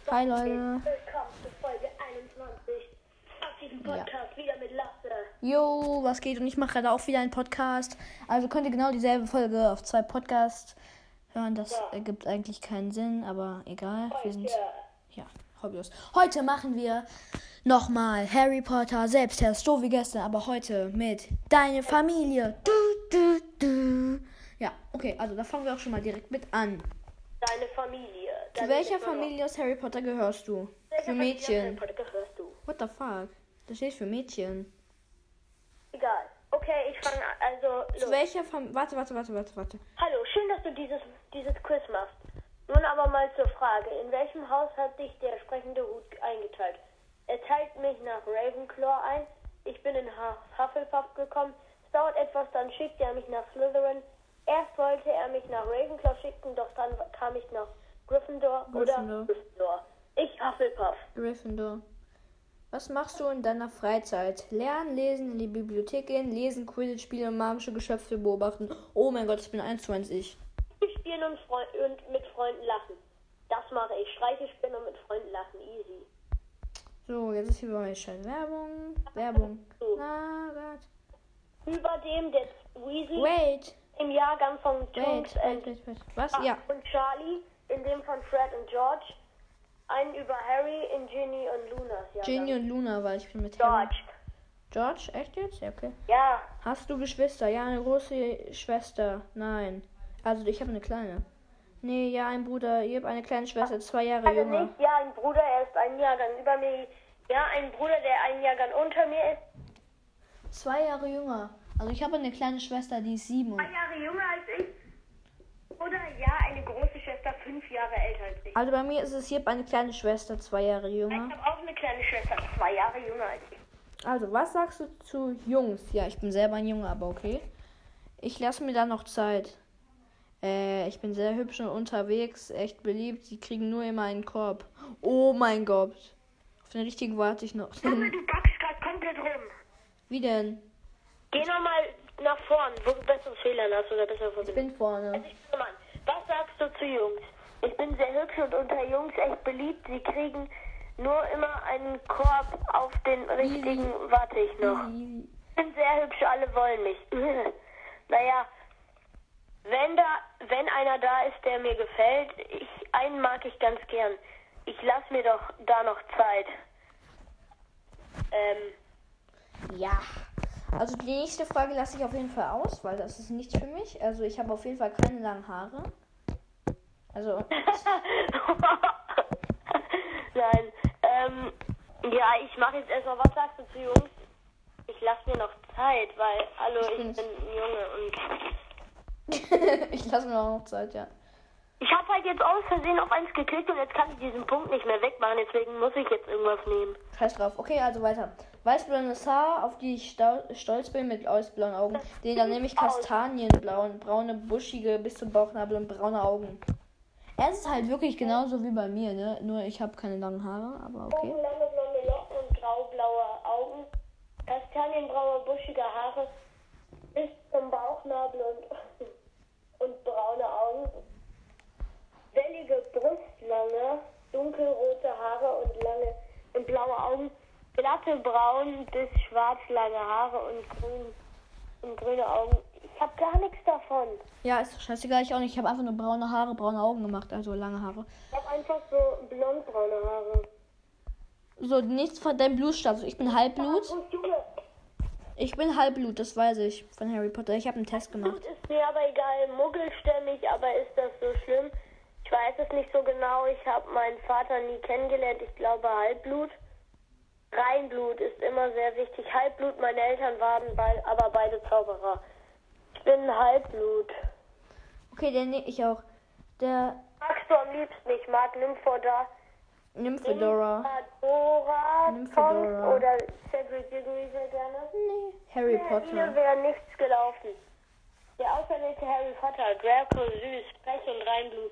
Hi Leute. Willkommen zu Folge 21 auf diesem Podcast wieder mit Lasse. Jo, was geht? Und ich mache gerade auch wieder einen Podcast. Also könnt ihr genau dieselbe Folge auf 2 Podcasts hören. Das ergibt eigentlich keinen Sinn, aber egal. Wir sind hobbylos. Heute machen wir nochmal Harry Potter Selbsttest, so wie gestern, aber heute mit Deine Familie. Ja, okay, also da fangen wir auch schon mal direkt mit an. Deine Familie. Zu welcher Familie aus Harry Potter gehörst du? Für Mädchen. Harry Potter gehörst du? What the fuck? Das steht für Mädchen. Egal. Okay, ich fange also Zu los. welcher Familie? Warte. Hallo, schön, dass du dieses Quiz machst. Nun aber mal zur Frage. In welchem Haus hat dich der sprechende Hut eingeteilt? Er teilt mich nach Ravenclaw ein. Ich bin in Hufflepuff gekommen. Es dauert etwas, dann schickt er mich nach Slytherin. Erst wollte er mich nach Ravenclaw schicken, doch dann kam ich nach Gryffindor. Oder Gryffindor. Ich Hufflepuff. Gryffindor. Was machst du in deiner Freizeit? Lernen, lesen, in die Bibliothek gehen, lesen, Quidditch spielen, magische Geschöpfe beobachten. Oh mein Gott, ich bin 1,20. Spielen und mit Freunden lachen. Das mache ich. Streiche spielen und mit Freunden lachen. Easy. So, jetzt ist hier bei mir scheiß Werbung. So. Na Gott. Über dem der Weasley Wait. im Jahrgang von Jungs Wait. Was? Ja. und Charlie, in dem von Fred und George. Einen über Harry in Ginny und Lunas Jahrgang. Ginny und Luna, weil ich bin mit Harry. George. Echt jetzt? Ja, okay. Ja. Hast du Geschwister? Ja, eine große Schwester. Nein. Also ich habe eine kleine. Nee, ja, ein Bruder. Ich habe eine kleine Schwester, 2 Jahre Also jünger. nicht, ja, ein Bruder, er ist ein Jahrgang über mir. Ja, ein Bruder, der einen Jahrgang unter mir ist. 2 Jahre jünger. Also ich habe eine kleine Schwester, die ist 7. 2 Jahre jünger als ich. Oder ja, eine große Schwester, 5 Jahre älter als ich. Also bei mir ist es hier eine kleine Schwester, 2 Jahre jünger. Ich habe auch eine kleine Schwester, 2 Jahre jünger als ich. Also, was sagst du zu Jungs? Ja, ich bin selber ein Junge, aber okay. Ich lasse mir da noch Zeit. Ich bin sehr hübsch und unterwegs, echt beliebt. Sie kriegen nur immer einen Korb. Oh mein Gott. Auf den richtigen warte ich noch. Junge, du backst gerade komplett rum. Wie denn? Geh nochmal nach vorn, wo du bessere Fehler hast oder bessere Ich Verbindung. bin vorne. Also ich bin Mann. Was sagst du zu Jungs? Ich bin sehr hübsch und unter Jungs echt beliebt. Sie kriegen nur immer einen Korb auf den richtigen, warte ich noch. Ich bin sehr hübsch, alle wollen mich. Naja, wenn einer da ist, der mir gefällt, einen mag ich ganz gern. Ich lasse mir doch da noch Zeit. Ja. Also die nächste Frage lasse ich auf jeden Fall aus, weil das ist nichts für mich. Also ich habe auf jeden Fall keine langen Haare. Also. Nein. Ja, ich mache jetzt erstmal, was sagst du zu Jungs? Ich lasse mir noch Zeit, weil, hallo, ich bin ein Junge und... Ich lasse mir auch noch Zeit, ja. Ich habe halt jetzt aus Versehen auf eins geklickt und jetzt kann ich diesen Punkt nicht mehr wegmachen, deswegen muss ich jetzt irgendwas nehmen. Scheiß drauf. Okay, also weiter. Weißblondes Haar, auf die ich stolz bin, mit blauen Augen. Den dann nehme ich kastanienblauen, braune, buschige, bis zum Bauchnabel und braune Augen. Er ist halt wirklich genauso wie bei mir, ne? Nur ich habe keine langen Haare, aber okay. Lange blonde Locken und graublaue Augen, kastanienbraune, buschige Haare, bis zum Bauchnabel und braune Augen. Wellige Brustlange, dunkelrote Haare und blaue Augen, glatte braun bis schwarz lange Haare und grüne Augen. Ich habe gar nichts davon. Ja, ist doch scheißegal, ich auch nicht. Ich habe einfach nur braune Haare, braune Augen gemacht, also lange Haare. Ich habe einfach so blondbraune Haare. So, nichts von deinem Blutstatus. Ich bin Halbblut. Ich bin Halbblut, das weiß ich von Harry Potter. Ich habe einen Test gemacht. Blut ist mir aber egal, muggelstämmig, aber ist das so schlimm? Ich weiß es nicht so genau. Ich habe meinen Vater nie kennengelernt. Ich glaube Halbblut. Reinblut ist immer sehr wichtig. Halbblut, meine Eltern waren aber beide Zauberer. Ich bin Halbblut. Okay, den nehme ich auch. Der Magst du am liebsten? Ich mag Nymphadora. Nymphadora oder Cedric Diggory sehr gerne. Nee, Harry Potter. Mir wäre nichts gelaufen. Der auserwählte Harry Potter, Draco, süß, frech und Reinblut.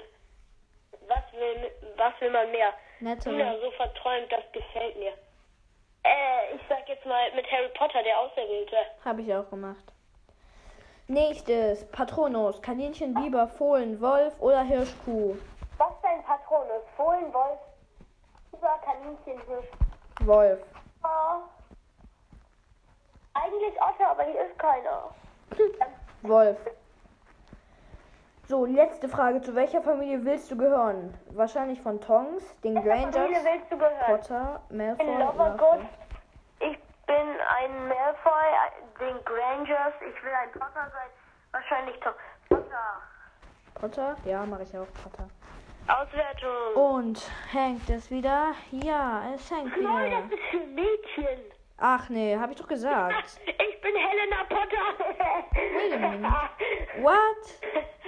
Was will man mehr? Nette. Ja, so verträumt, das gefällt mir. Ich sag jetzt mal mit Harry Potter, der Auserwählte. Habe ich auch gemacht. Nächstes. Patronus. Kaninchen, Biber, Fohlen, Wolf oder Hirschkuh. Was ist dein Patronus? Fohlen, Wolf Tiger, Kaninchen, Hirsch. Wolf. Oh. Eigentlich Otter, aber hier ist keiner. Wolf. So, letzte Frage. Zu welcher Familie willst du gehören? Wahrscheinlich von Tongs, den Welcher Familie Grangers, willst du gehören? Potter, Malfoy, In Lovergood. Ich bin ein Malfoy, den Grangers. Ich will ein Potter sein. Wahrscheinlich Tom. Potter. Potter? Ja, mache ich auch. Potter. Auswertung. Und hängt es wieder? Ja, es hängt Nein, wieder. das ist für Mädchen. Ach nee, habe ich doch gesagt. Ich bin Helena Potter. Wait a minute. What?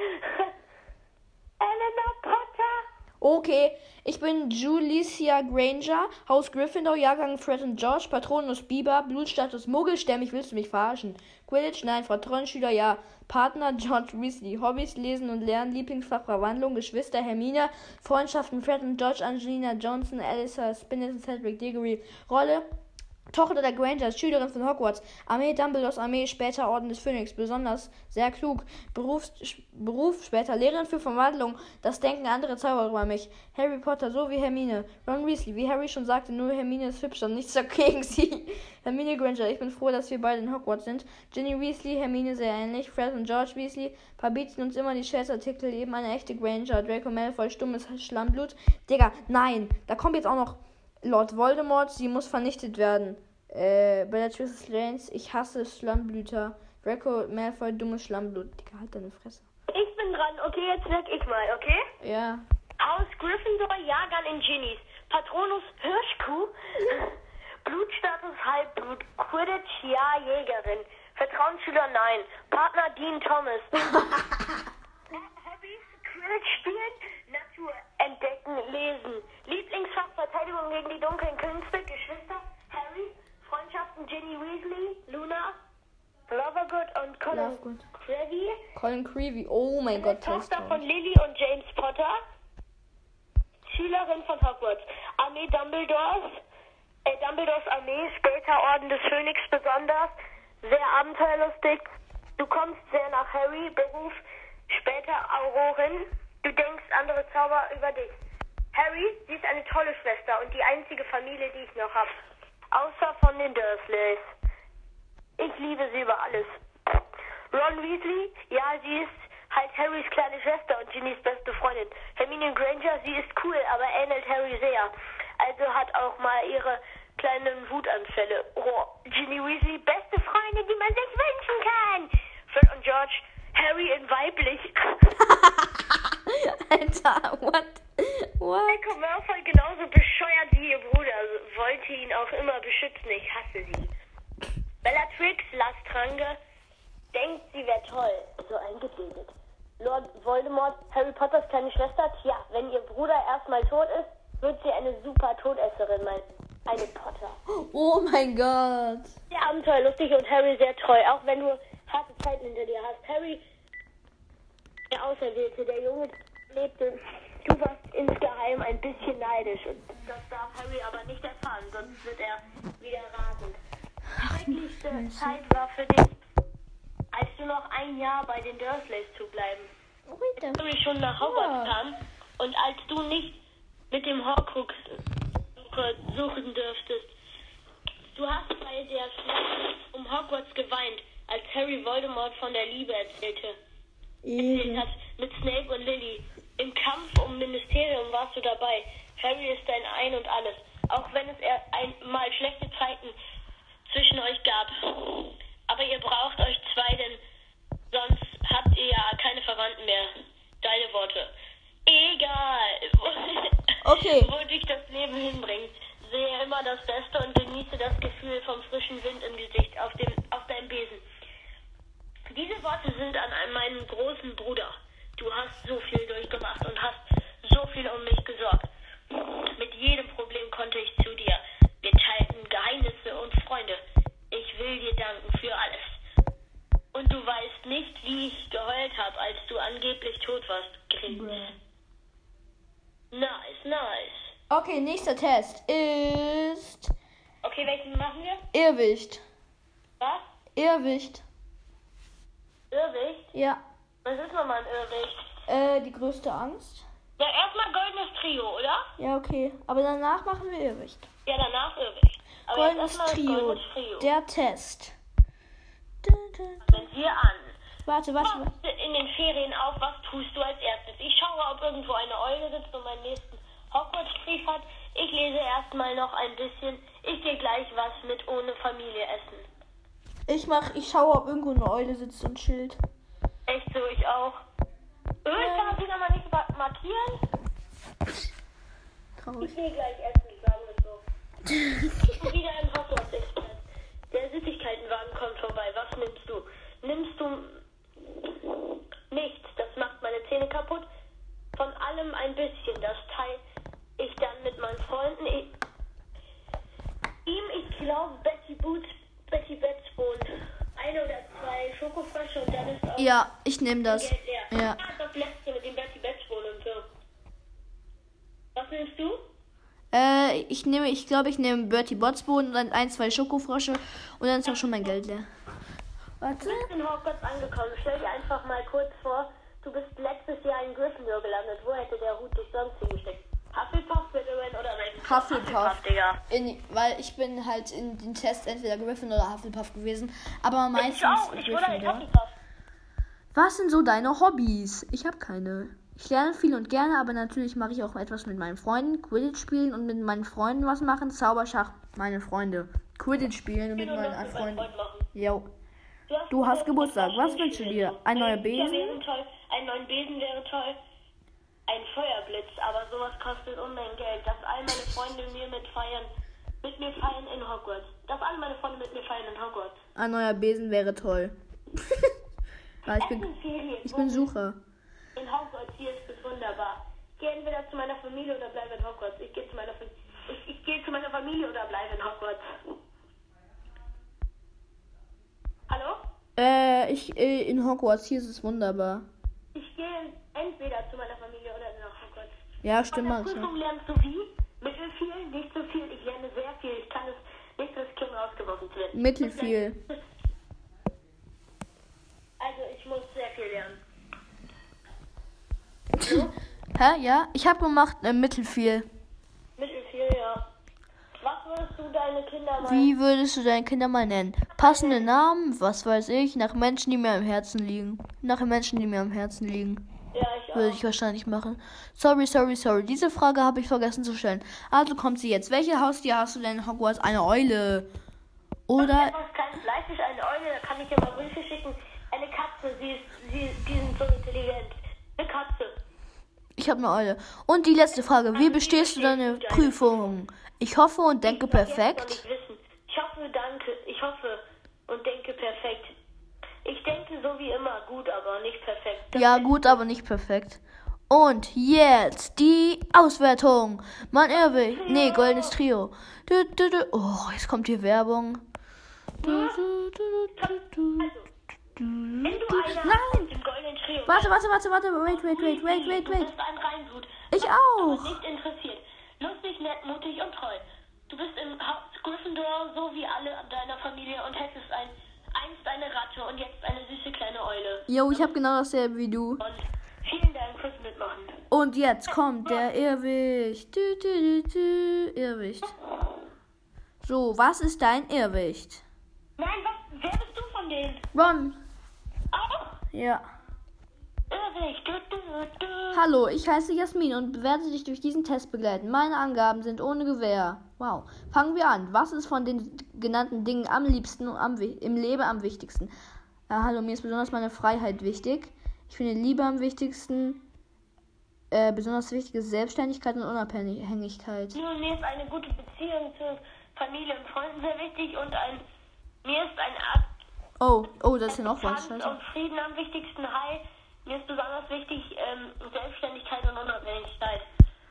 Helena Potter. Okay, ich bin Julicia Granger, Haus Gryffindor, Jahrgang Fred und Josh, Patronus Bieber, Blutstatus Muggelstämmig, willst du mich verarschen? Quidditch, nein, Vertrauensschüler, ja. Partner George Weasley, Hobbys, Lesen und Lernen, Lieblingsfach Verwandlung, Geschwister Hermine, Freundschaften Fred und George, Angelina Johnson, Alyssa Spinnis und Cedric Diggory, Rolle Tochter der Grangers, Schülerin von Hogwarts, Armee Dumbledores Armee, später Orden des Phönix, besonders sehr klug, Beruf später Lehrerin für Verwandlung, das Denken anderer Zauberer über mich, Harry Potter, so wie Hermine, Ron Weasley, wie Harry schon sagte, nur Hermine ist hübsch und nichts dagegen sie, Hermine Granger, ich bin froh, dass wir beide in Hogwarts sind, Ginny Weasley, Hermine sehr ähnlich, Fred und George Weasley, verbieten uns immer die Scherzartikel, eben eine echte Granger, Draco Malfoy, stummes Schlammblut, Digga, nein, da kommt jetzt auch noch Lord Voldemort, sie muss vernichtet werden. Bellatrix Lestrange, ich hasse Schlammblüter. Draco Malfoy, dummes Schlammblut. Digga, halt deine Fresse. Ich bin dran. Okay, jetzt sag ich mal, okay? Ja. Haus Gryffindor, Jahrgang in Ginnies. Patronus Hirschkuh. Blutstatus Halbblut. Quidditch, ja, Jägerin. Vertrauensschüler, nein. Partner Dean Thomas. Hobbys, Quidditch spielen, Natur entdecken, lesen. Lieblingsfach, Verteidigung gegen die dunklen Künste, Geschwister, Harry, Freundschaften, Ginny Weasley, Luna, Lovergood und Colin Creevy. Colin Creevy, oh mein Gott. Tochter von Lily und James Potter. Schülerin von Hogwarts. Armee Dumbledores. Dumbledores Armee, später Orden des Phönix besonders. Sehr abenteuerlustig. Du kommst sehr nach Harry. Beruf, später Aurorin. Du denkst andere Zauber über dich. Harry, sie ist eine tolle Schwester und die einzige Familie, die ich noch habe. Außer von den Dursleys. Ich liebe sie über alles. Ron Weasley, ja, sie ist halt Harrys kleine Schwester und Ginnys beste Freundin. Hermine Granger, sie ist cool, aber ähnelt Harry sehr. Also hat auch mal ihre kleinen Wutanfälle. Oh, Ginny Weasley, beste Freundin, die man sich wünschen kann. Fred und George, Harry in weiblich. Alter, what? Draco Malfoy genauso bescheuert wie ihr Bruder. Wollte ihn auch immer beschützen. Ich hasse sie. Bellatrix Lestrange denkt, sie wäre toll. So eingebildet. Lord Voldemort, Harry Potters kleine Schwester. Tja, wenn ihr Bruder erstmal tot ist, wird sie eine super Todesserin, eine Potter. Oh mein Gott. Sehr abenteuerlustig und Harry sehr treu. Auch wenn du harte Zeiten hinter dir hast. Harry, der Auserwählte, der Junge lebte. Du warst insgeheim ein bisschen neidisch. Und das darf Harry aber nicht erfahren, sonst wird er wieder rasend. Die schrecklichste Zeit war für dich, als du noch ein Jahr bei den Dursleys zu bleiben. Als Harry schon nach Hogwarts kam und als du nicht mit dem Horcrux suchen dürftest. Du hast bei der Schlacht um Hogwarts geweint, als Harry Voldemort von der Liebe erzählt hat mit Snape und Lily. Im Kampf um Ministerium warst du dabei. Harry ist dein Ein und Alles. Auch wenn es einmal schlechte Zeiten zwischen euch gab. Aber ihr braucht euch zwei, denn sonst habt ihr ja keine Verwandten mehr. Deine Worte. Egal. Okay. Wo dich das Leben hinbringt. Sehe immer das Beste und genieße das Gefühl vom frischen Wind im Gesicht auf deinem Besen. Diese Worte sind an meinen großen Bruder. Du hast so viel durchgemacht und hast so viel um mich gesorgt. Mit jedem Problem konnte ich zu dir. Wir teilten Geheimnisse und Freunde. Ich will dir danken für alles. Und du weißt nicht, wie ich geheult habe, als du angeblich tot warst. Nice. Okay, nächster Test ist Okay, welchen machen wir? Irrwicht. Was? Irrwicht. Irrwicht? Ja. Was ist nochmal ein Irrwicht? Die größte Angst. Ja, erstmal goldenes Trio, oder? Ja, okay. Aber danach machen wir Irrwicht. Ja, danach Irrwicht. Aber Goldenes jetzt erstmal Trio. goldenes Trio. Der Test. Fangen wir an. Warte. Wachst in den Ferien auf, was tust du als erstes? Ich schaue, ob irgendwo eine Eule sitzt und meinen nächsten Hogwarts-Brief hat. Ich lese erstmal noch ein bisschen. Ich gehe gleich was mit ohne Familie essen. Ich schaue, ob irgendwo eine Eule sitzt und chillt. Echt so, ich auch. Ich kann das wieder mal nicht markieren. Traurig. Ich gehe gleich essen, sagen wir so. Wieder ein Hogwarts-Express. Der Süßigkeitenwagen kommt vorbei. Was nimmst du? Nimmst du nichts? Das macht meine Zähne kaputt. Von allem ein bisschen. Das teile ich dann mit meinen Freunden. Ich glaube, Betty Betzbohn. 1 oder 2 Schokofrösche und dann ist auch Ja, ich nehme das. Geld leer. Ja. Das letzte mit dem Betty Betzbohn und so. Was nimmst du? Ich glaube, ich nehme Bertie Botsboden und dann 1, 2 Schokofrosche und dann ist auch schon mein Geld leer. Warte. Du bist in Hogwarts angekommen. Stell dir einfach mal kurz vor, du bist letztes Jahr in Gryffindor gelandet. Wo hätte der Hut dich sonst hingesteckt? Hufflepuff, Slytherin oder Ravenclaw? Hufflepuff. Digga. Weil ich bin halt in den Test entweder Gryffindor oder Hufflepuff gewesen. Aber meistens Ich auch. Ich wurde halt Gryffindor. Hufflepuff. Was sind so deine Hobbys? Ich habe keine. Ich lerne viel und gerne, aber natürlich mache ich auch etwas mit meinen Freunden. Quidditch spielen und mit meinen Freunden was machen. Zauberschach, meine Freunde. Quidditch spielen und mit meinen Freunden. Jo. Du hast Geburtstag. Was wünschst du dir? Ein neuer Besen? Wäre toll. Einen neuen Besen wäre toll. Ein Feuerblitz, aber sowas kostet Unmengen Geld. Dass all meine Freunde mit mir feiern in Hogwarts. Dass alle meine Freunde mit mir feiern in Hogwarts. Ein neuer Besen wäre toll. Ja, ich bin Sucher. In Hogwarts, hier ist es wunderbar. Ich gehe entweder zu meiner Familie oder bleibe in Hogwarts. Ich gehe zu meiner Familie oder bleibe in Hogwarts. Hallo? In Hogwarts, hier ist es wunderbar. Ich gehe entweder zu meiner Familie oder nach Hogwarts. Ja, stimmt. Bei der Prüfung lernst du wie? Mittelfiel? Nicht so viel? Ich lerne sehr viel. Ich kann es nicht riskieren, rausgeworfen zu werden. Mittelfiel. Also, ich muss sehr viel lernen. Hä? Ja? Ich habe gemacht Mittelfiel. Mittelfiel, ja. Was würdest du deine Kinder mal... Wie würdest du deine Kinder mal nennen? Passende Namen? Was weiß ich? Nach Menschen, die mir am Herzen liegen. Nach Menschen, die mir am Herzen liegen. Ja, ich auch. Würde ich wahrscheinlich machen. Sorry. Diese Frage habe ich vergessen zu stellen. Also kommt sie jetzt. Welche Haustier hast du denn in Hogwarts? Eine Eule. Oder... Etwas kleines Fleischfisch, eine Eule, da kann ich dir mal Briefe schicken. Eine Katze, die sind so intelligent. Eine Katze. Ich habe eine Eule. Und die letzte Frage. Wie bestehst du deine Prüfung? Ich hoffe und denke perfekt. Ich hoffe und denke perfekt. Ich denke so wie immer gut, aber nicht perfekt. Ja, gut, aber nicht perfekt. Und jetzt die Auswertung. Mann, Irrwicht. Nee, goldenes Trio. Oh, jetzt kommt hier Werbung. Wenn du einer Nein! im goldenen Trio... Warte. Wait. Du bist ein Reinblut. Ich Aber auch. nicht interessiert. Lustig, nett, mutig und treu. Du bist im Haus Gryffindor, so wie alle deiner Familie und hättest einst eine Ratte und jetzt eine süße kleine Eule. Jo, ich habe genau dasselbe wie du. Und vielen Dank fürs Mitmachen. Und jetzt kommt der Irrwicht. Irrwicht. So, was ist dein Irrwicht? Nein, wer bist du von denen? Ron. Auch? Ja. Irrwicht. Hallo, ich heiße Jasmin und werde dich durch diesen Test begleiten. Meine Angaben sind ohne Gewähr. Wow. Fangen wir an. Was ist von den genannten Dingen am liebsten und im Leben am wichtigsten? Hallo, mir ist besonders meine Freiheit wichtig. Ich finde Liebe am wichtigsten. Besonders wichtig ist Selbstständigkeit und Unabhängigkeit. Mir ist eine gute Beziehung zu Familie und Freunden sehr wichtig und mir ist ein Art Oh, das ist ja noch was. und Frieden am wichtigsten. Hi. Mir ist besonders wichtig Selbstständigkeit und Unabhängigkeit.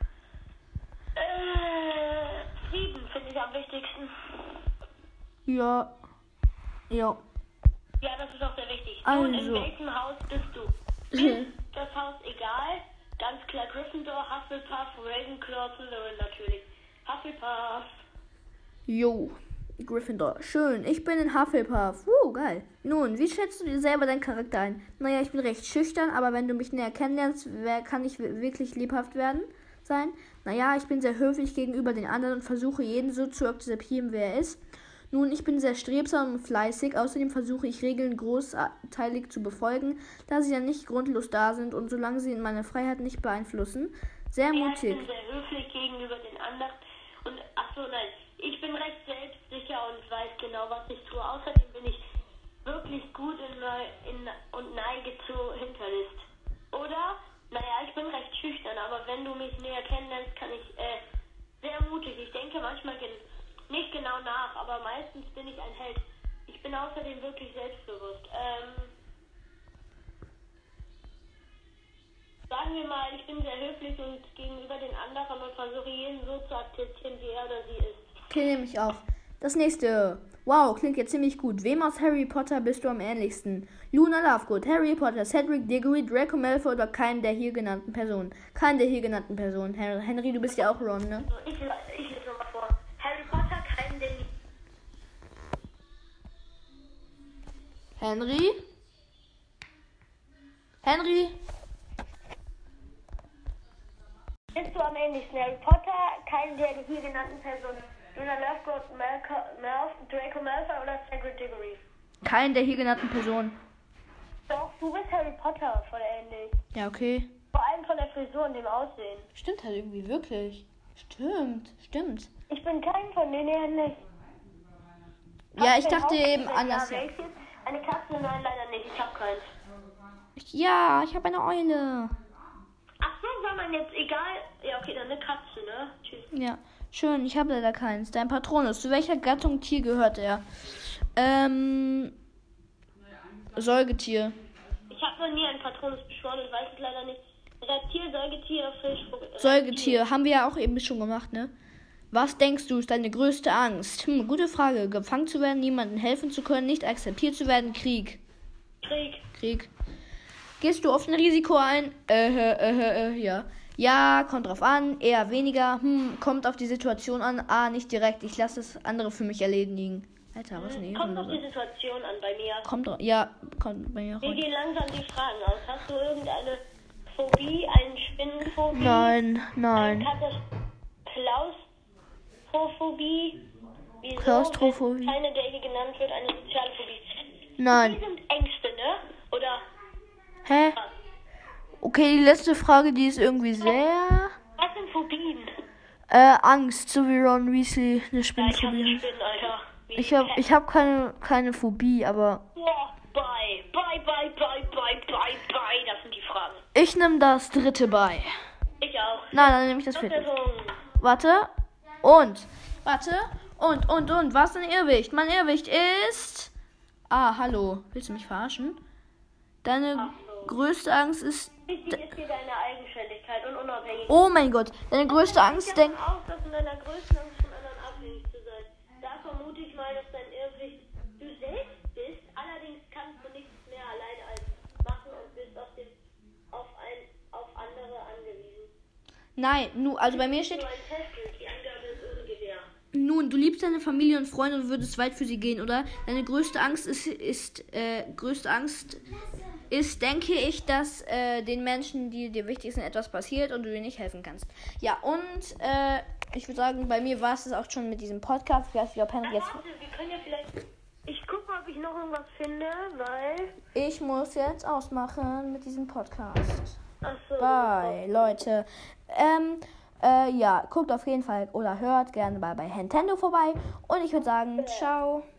Frieden finde ich am wichtigsten. Ja. Ja, das ist auch sehr wichtig. Also. Und in welchem Haus bist du? Ist das Haus egal? Ganz klar Gryffindor, Hufflepuff, Ravenclaw, Slytherin natürlich. Hufflepuff. Jo. Gryffindor. Schön. Ich bin in Hufflepuff. Geil. Nun, wie schätzt du dir selber deinen Charakter ein? Naja, ich bin recht schüchtern, aber wenn du mich näher kennenlernst, kann ich wirklich lebhaft sein. Naja, ich bin sehr höflich gegenüber den anderen und versuche jeden so zu akzeptieren, wer er ist. Nun, ich bin sehr strebsam und fleißig. Außerdem versuche ich Regeln großteilig zu befolgen, da sie ja nicht grundlos da sind und solange sie meine Freiheit nicht beeinflussen. Sehr mutig. Ich bin sehr höflich gegenüber den anderen und ich bin recht selbstsicher und weiß genau, was ich tue. Außerdem bin ich wirklich gut und neige zu Hinterlist. Oder? Naja, ich bin recht schüchtern, aber wenn du mich näher kennenlernst, kann ich sehr mutig. Ich denke manchmal nicht genau nach, aber meistens bin ich ein Held. Ich bin außerdem wirklich selbstbewusst. Sagen wir mal, ich bin sehr höflich und gegenüber den anderen und versuche jeden so zu akzeptieren, wie er oder sie ist. Okay, nehme ich auf. Das nächste. Wow, klingt jetzt ziemlich gut. Wem aus Harry Potter bist du am ähnlichsten? Luna Lovegood, Harry Potter, Cedric Diggory, Draco Malfoy oder keinen der hier genannten Personen? Keinen der hier genannten Personen. Henry, du bist ja auch Ron, ne? Ich lese nochmal vor. Harry Potter, keinen der... Henry? Henry? Bist du am ähnlichsten? Harry Potter, keinen der hier genannten Personen? Luna Lovegood, Draco Malfoy oder Cedric Diggory? Keinen der hier genannten Personen. Doch, du bist Harry Potter, voll ähnlich. Ja, okay. Vor allem von der Frisur und dem Aussehen. Stimmt halt irgendwie wirklich. Stimmt. Ich bin kein von denen ähnlich. Ja, ich dachte eben anders. Ja. Eine Katze? Nein, leider nicht. Ich hab keins. Ja, ich habe eine Eule. Ach so, war man jetzt egal? Ja, okay, dann eine Katze, ne? Tschüss. Ja, schön, ich habe leider keins. Dein Patronus, zu welcher Gattung Tier gehört er? Säugetier. Ich habe noch nie einen Patronus beschworen und weiß es leider nicht. Reptil, Säugetier, Fisch, Säugetier, haben wir ja auch eben schon gemacht, ne? Was denkst du, ist deine größte Angst? Gute Frage. Gefangen zu werden, niemandem helfen zu können, nicht akzeptiert zu werden, Krieg. Krieg. Gehst du oft ein Risiko ein? Ja. Ja, kommt drauf an, eher weniger. Kommt auf die Situation an. Nicht direkt. Ich lasse es andere für mich erledigen. Alter, was denn kommt auf die Situation an bei mir. Kommt bei mir. Wir gehen langsam die Fragen aus. Hast du irgendeine Phobie, eine Spinnenphobie? Nein. Eine Klaustrophobie? Wieso? Klaustrophobie. Keine, der hier genannt wird, eine soziale Phobie. Nein. Die sind Ängste, ne? Oder? Hä? Okay, die letzte Frage, die ist irgendwie sehr... Was sind Phobien? Angst, so wie Ron Weasley eine Spinnenphobie hat. Spinnen, Alter. Ich hab keine Phobie, aber... Ja, bye. Das sind die Fragen. Ich nehme das dritte bei. Ich auch. Nein, dann nehme ich das vierte. Warte. Und. Was ist dein Irrwicht? Mein Irrwicht ist... hallo. Willst du mich verarschen? Deine größte Angst ist... Wichtig ist hier deine Eigenständigkeit und Unabhängigkeit. Oh mein Gott. Deine größte Angst denkt... Ich auch, dass in deiner größten Angst von anderen abhängig zu sein. Da vermute ich mal, dass dein Irrwicht du selbst bist. Allerdings kannst du nichts mehr alleine als machen und bist auf andere angewiesen. Nein, also bei mir steht... Die Angabe ist ohne Gewähr. Nun, du liebst deine Familie und Freunde und würdest weit für sie gehen, oder? Deine größte Angst ist, denke ich, dass den Menschen, die dir wichtig sind, etwas passiert und du ihnen nicht helfen kannst. Ja, und ich würde sagen, bei mir war es das auch schon mit diesem Podcast. Ich weiß nicht, ob Henry jetzt... Wir können ja vielleicht... Ich gucke mal, ob ich noch irgendwas finde, weil... Ich muss jetzt ausmachen mit diesem Podcast. Ach so. Bye, Leute. Ja, guckt auf jeden Fall oder hört gerne bei Nintendo vorbei. Und ich würde sagen, ciao.